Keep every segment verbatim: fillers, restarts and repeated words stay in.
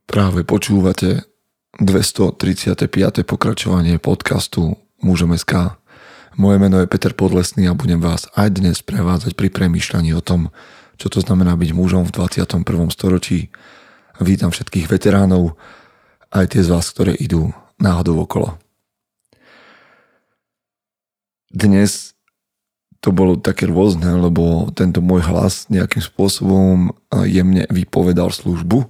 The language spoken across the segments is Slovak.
Práve počúvate dvestotridsiate piate pokračovanie podcastu Mužom bodka es ká. Moje meno je Peter Podlesný a budem vás aj dnes prevádzať pri premýšľaní o tom, čo to znamená byť mužom v dvadsiatom prvom storočí. Vítam všetkých veteránov, aj tie z vás, ktoré idú náhodou okolo. Dnes to bolo také rôzne, lebo tento môj hlas nejakým spôsobom jemne vypovedal službu.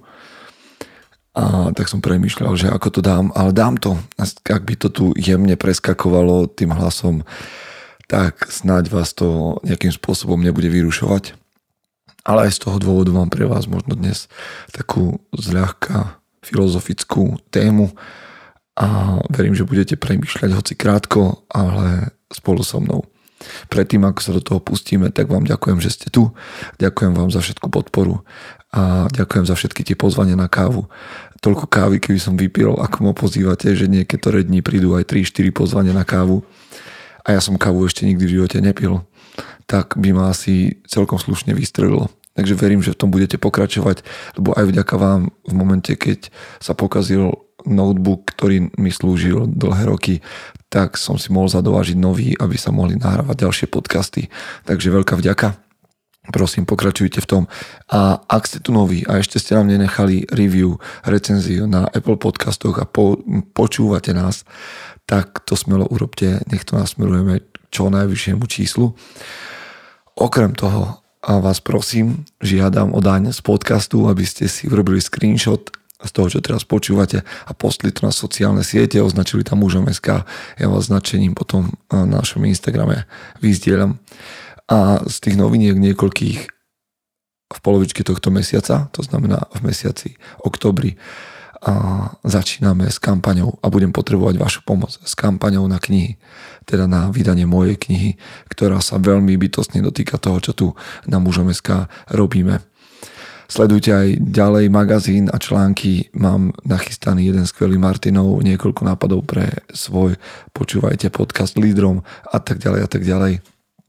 A tak som premýšľal, že ako to dám, ale dám to. Ak by to tu jemne preskakovalo tým hlasom, tak snáď vás to nejakým spôsobom nebude vyrušovať. Ale aj z toho dôvodu mám pre vás možno dnes takú zľahka filozofickú tému a verím, že budete premýšľať hoci krátko, ale spolu so mnou. Predtým, ako sa do toho pustíme, tak vám ďakujem, že ste tu. Ďakujem vám za všetku podporu a ďakujem za všetky tie pozvania na kávu. Toľko kávy, keby som vypil, ako ma pozývate, že niektoré dni prídu aj tri štyri pozvania na kávu a ja som kávu ešte nikdy v živote nepil, tak by ma asi celkom slušne vystrelilo. Takže verím, že v tom budete pokračovať, lebo aj vďaka vám v momente, keď sa pokazil notebook, ktorý mi slúžil dlhé roky, tak som si mohol zadovážiť nový, aby sa mohli nahrávať ďalšie podcasty. Takže veľká vďaka. Prosím, pokračujte v tom. A ak ste tu noví a ešte ste nám nenechali review, recenziu na Apple podcastoch a po, počúvate nás, tak to smelo urobte. Nech to nasmerujeme čo najvyššiemu číslu. Okrem toho a vás prosím, žiadam o daň z podcastu, aby ste si urobili screenshot z toho, čo teraz počúvate a postli to na sociálne siete, označili tam Mužom bodka es ká. Ja vás značením potom na našom Instagrame vyzdieľam. A z tých noviniek niekoľkých v polovičke tohto mesiaca, to znamená v mesiaci októbri, a začíname s kampaňou a budem potrebovať vašu pomoc s kampaňou na knihy, teda na vydanie mojej knihy, ktorá sa veľmi bytostne dotýka toho, čo tu na Mužom bodka es ká robíme. Sledujte aj ďalej magazín a články, mám nachystaný jeden skvelý Martinov, niekoľko nápadov pre svoj, počúvajte podcast lídrom a tak ďalej a tak ďalej.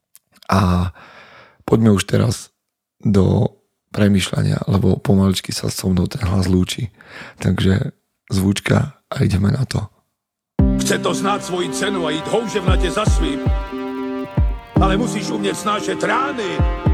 A poďme už teraz do premýšľania, lebo pomaličky sa so mnou ten hlas lúči. Takže zvučka a ideme na to. Chce to znáť svoji cenu a ísť houževnate za svým, ale musíš umieť snášať rány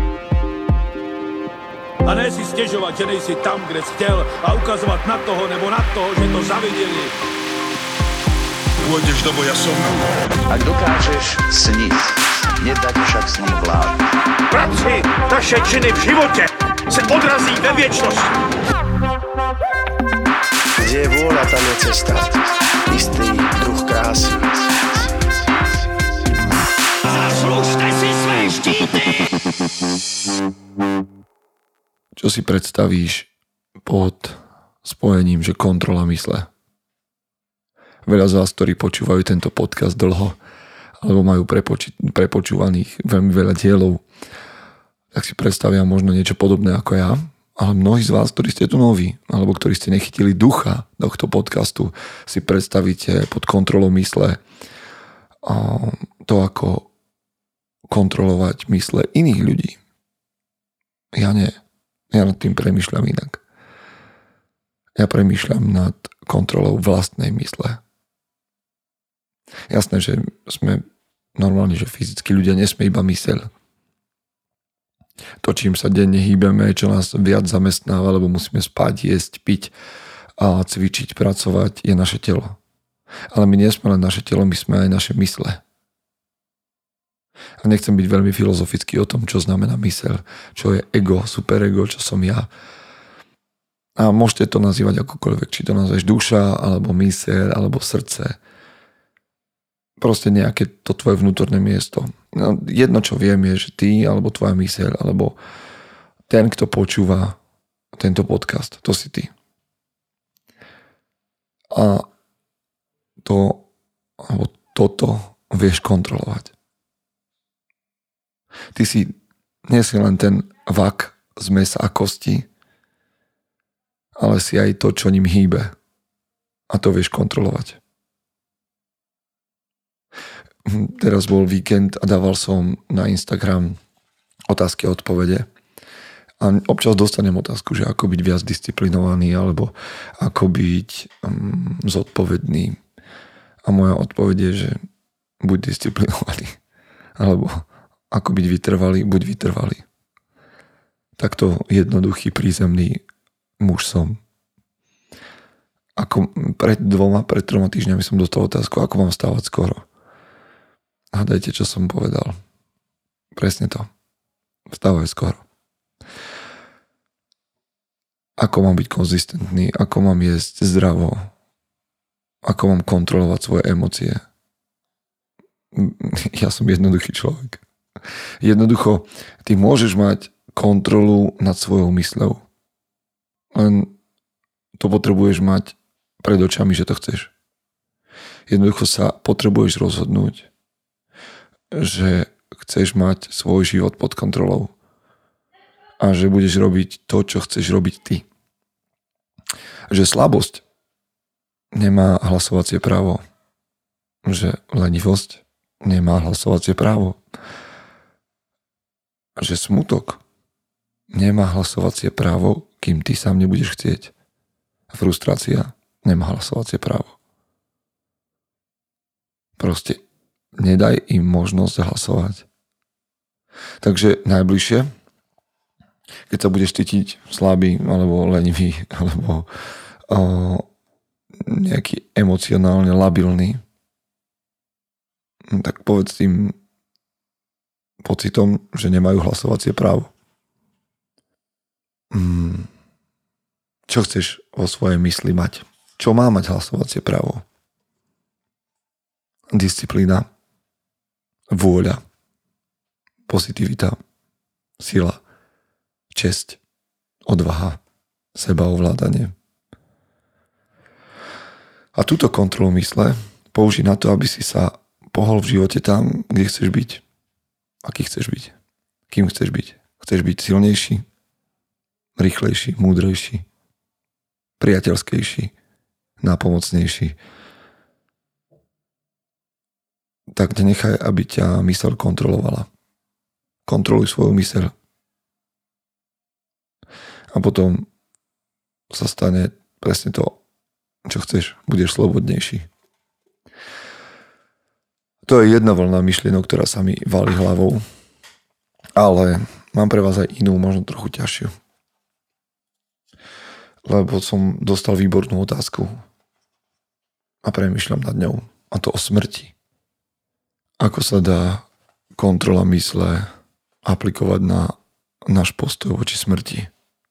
a ne si stěžovat, že nejsi tam, kde jsi chtěl a ukazovat na toho nebo na toho, že to zaviděli. Pôjdeš do boja som. Ak dokážeš sniť, nedať však sním vlád. Práci, taše činy v životě se odrazí ve věčnosti. Kde je vôľa, tam je cesta. Istý druh krásy. Zaslužte si své štíty. Čo si predstavíš pod spojením, že kontrola mysle? Veľa z vás, ktorí počúvajú tento podcast dlho, alebo majú prepoči- prepočúvaných veľmi veľa dielov, tak si predstavia možno niečo podobné ako ja, ale mnohí z vás, ktorí ste tu noví, alebo ktorí ste nechytili ducha tohto podcastu, si predstavíte pod kontrolou mysle to, ako kontrolovať mysle iných ľudí. Ja nie. Ja nad tým premýšľam inak. Ja premýšľam nad kontrolou vlastnej mysle. Jasné, že sme normálne, že fyzicky ľudia nesme iba myseľ. To, čím sa denne hýbeme, čo nás viac zamestnáva, lebo musíme spať, jesť, piť a cvičiť, pracovať, je naše telo. Ale my nie sme len naše telo, my sme aj naše mysle. A nechcem byť veľmi filozofický o tom, čo znamená myseľ, čo je ego, superego, čo som ja. A môžete to nazývať akokoľvek, či to nazveš duša, alebo myseľ, alebo srdce. Proste nejaké to tvoje vnútorné miesto. No, jedno, čo viem, je, že ty, alebo tvoja myseľ, alebo ten, kto počúva tento podcast, to si ty. A to, alebo toto vieš kontrolovať. Ty si, nie si len ten vak z mesa a kosti, ale si aj to, čo ním hýbe. A to vieš kontrolovať. Teraz bol víkend a dával som na Instagram otázky a odpovede. A občas dostanem otázku, že ako byť viac disciplinovaný alebo ako byť um, zodpovedný. A moja odpoveď je, že buď disciplinovaný. Alebo ako byť vytrvalý, buď vytrvalý. Takto jednoduchý, prízemný muž som. Ako pred dvoma, pred troma týždňami som dostal otázku, ako mám stávať skoro. Hádajte, čo som povedal. Presne to. Vstávaj skoro. Ako mám byť konzistentný, ako mám jesť zdravo, ako mám kontrolovať svoje emócie. Ja som jednoduchý človek. Jednoducho, ty môžeš mať kontrolu nad svojou mysľou. Len to potrebuješ mať pred očami, že to chceš. Jednoducho sa potrebuješ rozhodnúť, že chceš mať svoj život pod kontrolou. A že budeš robiť to, čo chceš robiť ty. Že slabosť nemá hlasovacie právo. Že lenivosť nemá hlasovacie právo. Že smutok nemá hlasovacie právo, kým ty sám nebudeš chcieť. Frustrácia nemá hlasovacie právo. Proste nedaj im možnosť hlasovať. Takže najbližšie, keď sa budeš cítiť slabý, alebo lenivý, alebo o, nejaký emocionálne labilný, tak povedz tým pocitom, že nemajú hlasovacie právo. Hmm. Čo chceš vo svojej mysli mať? Čo má mať hlasovacie právo? Disciplína, vôľa, pozitivita, sila, česť, odvaha, sebaovládanie. A túto kontrolu mysle použij na to, aby si sa pohol v živote tam, kde chceš byť. Aký chceš byť? Kým chceš byť? Chceš byť silnejší, rýchlejší, múdrejší, priateľskejší, nápomocnejší. Tak nenechaj, aby ťa myseľ kontrolovala. Kontroluj svoju myseľ. A potom sa stane presne to, čo chceš. Budeš slobodnejší. To je jedna vlna myšlienok, ktorá sa mi valí hlavou. Ale mám pre vás aj inú, možno trochu ťažšiu. Lebo som dostal výbornú otázku a premýšľam nad ňou. A to o smrti. Ako sa dá kontrola mysle aplikovať na náš postoj voči smrti?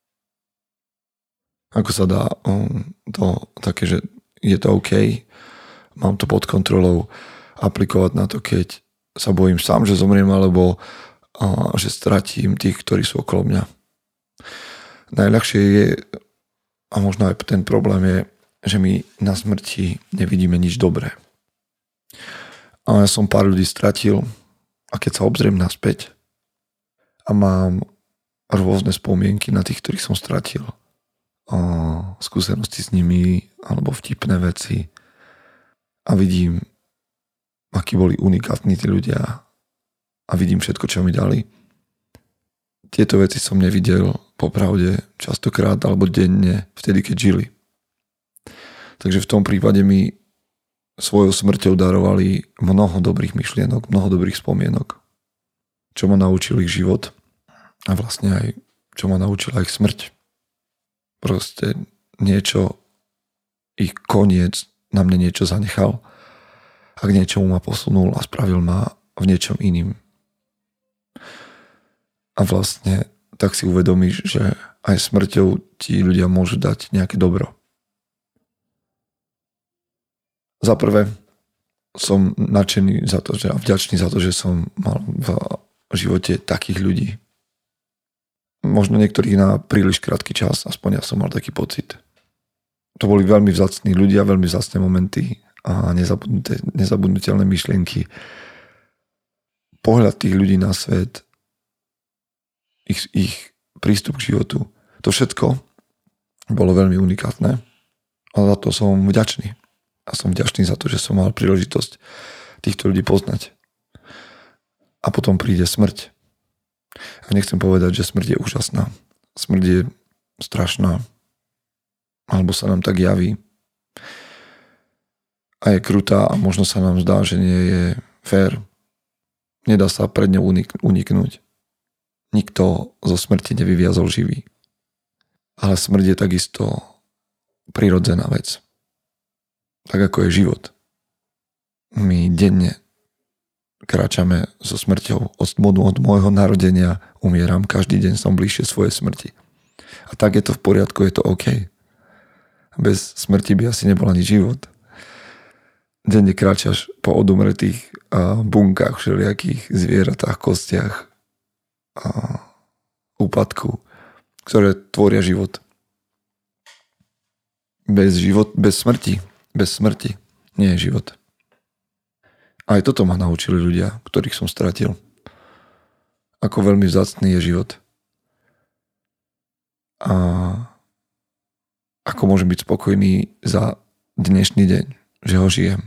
Ako sa dá um, to také, že je to OK, mám to pod kontrolou, aplikovať na to, keď sa bojím sám, že zomriem, alebo a, že stratím tých, ktorí sú okolo mňa. Najľahšie je, a možno aj ten problém je, že my na smrti nevidíme nič dobré. A ja som pár ľudí stratil a keď sa obzriem naspäť a mám rôzne spomienky na tých, ktorých som stratil, skúsenosti s nimi alebo vtipné veci a vidím, akí boli unikátni tí ľudia a vidím všetko, čo mi dali. Tieto veci som nevidel popravde častokrát alebo denne vtedy, keď žili. Takže v tom prípade mi svojou smrťou darovali mnoho dobrých myšlienok, mnoho dobrých spomienok, čo ma naučil ich život a vlastne aj čo ma naučila ich smrť. Proste niečo, ich koniec na mne niečo zanechal a k niečomu ma posunul a spravil ma v niečom iným. A vlastne tak si uvedomíš, že aj smrťou ti ľudia môžu dať nejaké dobro. Za prvé som nadšený za to, že, a vďačný za to, že som mal v živote takých ľudí. Možno niektorých na príliš krátky čas, aspoň ja som mal taký pocit. To boli veľmi vzácni ľudia, veľmi vzácne momenty a nezabudnutelné myšlienky. Pohľad tých ľudí na svet, ich, ich prístup k životu, to všetko bolo veľmi unikátne a za to som vďačný. A som vďačný za to, že som mal príležitosť týchto ľudí poznať. A potom príde smrť. A nechcem povedať, že smrť je úžasná. smrť je strašná. Alebo sa nám tak javí. A je krutá a možno sa nám zdá, že nie je fér. Nedá sa pred ňou uniknúť. Nikto zo smrti nevyviazol živý. Ale smrť je takisto prirodzená vec. Tak ako je život. My denne kráčame so smrťou. Od, od môjho narodenia umieram. Každý deň som bližšie svojej smrti. A tak je to v poriadku, je to OK. Bez smrti by asi nebol ani život. Denne kráčaš po odumretých bunkách, všelijakých zvieratách, kostiach a úpadku, ktoré tvoria život. Bez život, bez smrti, bez smrti nie je život. Aj toto ma naučili ľudia, ktorých som stratil. Ako veľmi vzácny je život. A ako môžem byť spokojný za dnešný deň, že ho žijem.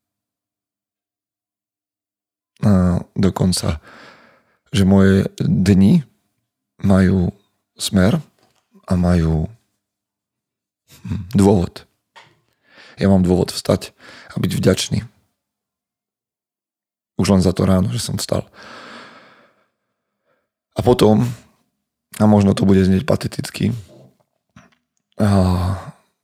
A dokonca, že moje dni majú smer a majú dôvod. Ja mám dôvod vstať a byť vďačný. Už len za to ráno, že som vstal. A potom, a možno to bude znieť pateticky, a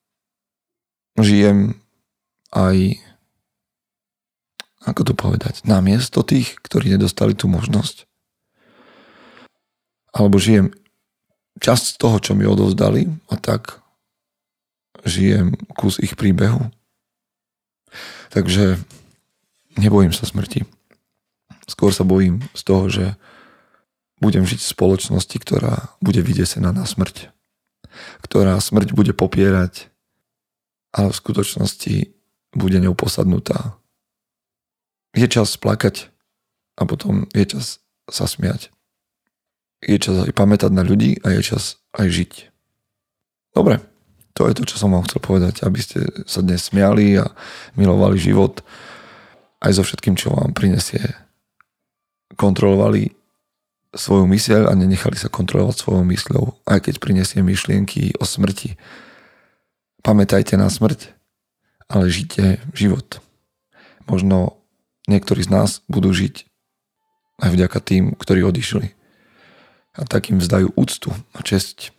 žijem aj, ako to povedať, namiesto tých, ktorí nedostali tú možnosť. Alebo žijem časť z toho, čo mi odovzdali, a tak žijem kus ich príbehu. Takže nebojím sa smrti. Skôr sa bojím z toho, že budem žiť v spoločnosti, ktorá bude vydesená na smrť. Ktorá smrť bude popierať, ale v skutočnosti bude ňou posadnutá. Je čas plakať a potom je čas sa smiať. Je čas aj pamätať na ľudí a je čas aj žiť. Dobre, to je to, čo som vám chcel povedať, aby ste sa dnes smiali a milovali život aj so všetkým, čo vám prinesie. Kontrolovali svoju myseľ a nenechali sa kontrolovať svojou mysľou, aj keď prinesie myšlienky o smrti. Pamätajte na smrť, ale žite život. Možno niektorí z nás budú žiť aj vďaka tým, ktorí odišli. A takým vzdajú úctu a česť.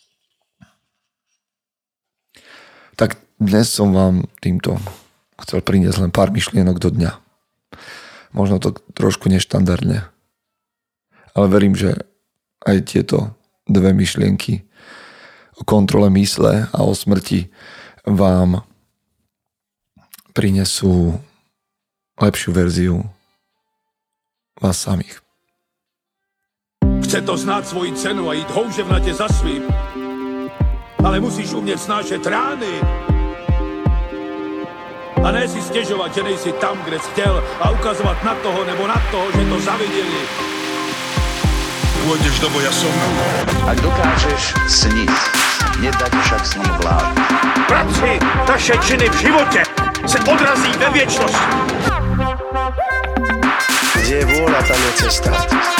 Tak dnes som vám týmto chcel priniesť len pár myšlienok do dňa. Možno to trošku neštandardne. Ale verím, že aj tieto dve myšlienky o kontrole mysle a o smrti vám prinesú lepšiu verziu vás samých. Chce to znát svoji cenu a jít houževnatě za svým. Ale musíš umět snášet rány. A ne si stěžovat, že nejsi tam, kde jsi chtěl a ukazovat na toho nebo na toho, že to zaviděli. Pôjdeš do boja som. Ak dokážeš sniť, nedať však sním vlád. Práci, naše činy v živote se odrazí ve viečnosť. Kde je vôľa, tam je cesta.